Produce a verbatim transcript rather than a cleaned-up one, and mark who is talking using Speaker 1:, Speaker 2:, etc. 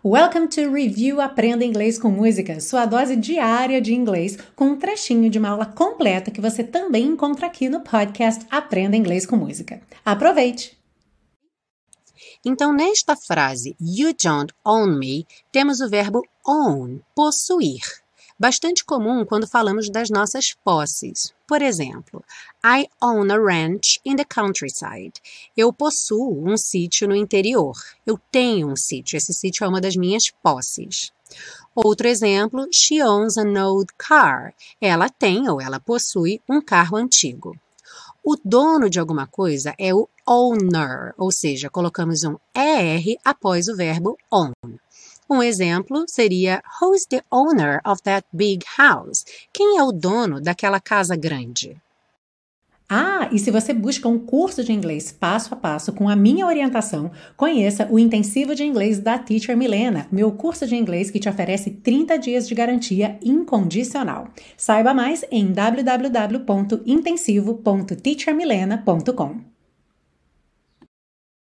Speaker 1: Welcome to Review Aprenda Inglês com Música, sua dose diária de inglês, com um trechinho de uma aula completa que você também encontra aqui no podcast Aprenda Inglês com Música. Aproveite!
Speaker 2: Então, nesta frase, you don't own me, temos o verbo own, possuir. Bastante comum quando falamos das nossas posses. Por exemplo, I own a ranch in the countryside. Eu possuo um sítio no interior. Eu tenho um sítio. Esse sítio é uma das minhas posses. Outro exemplo, she owns an old car. Ela tem ou ela possui um carro antigo. O dono de alguma coisa é o owner, ou seja, colocamos um E R após o verbo own. Um exemplo seria, who's the owner of that big house? Quem é o dono daquela casa grande?
Speaker 1: Ah, e se você busca um curso de inglês passo a passo com a minha orientação, conheça o Intensivo de Inglês da Teacher Milena, meu curso de inglês que te oferece trinta dias de garantia incondicional. Saiba mais em w w w ponto intensivo ponto teacher milena ponto com.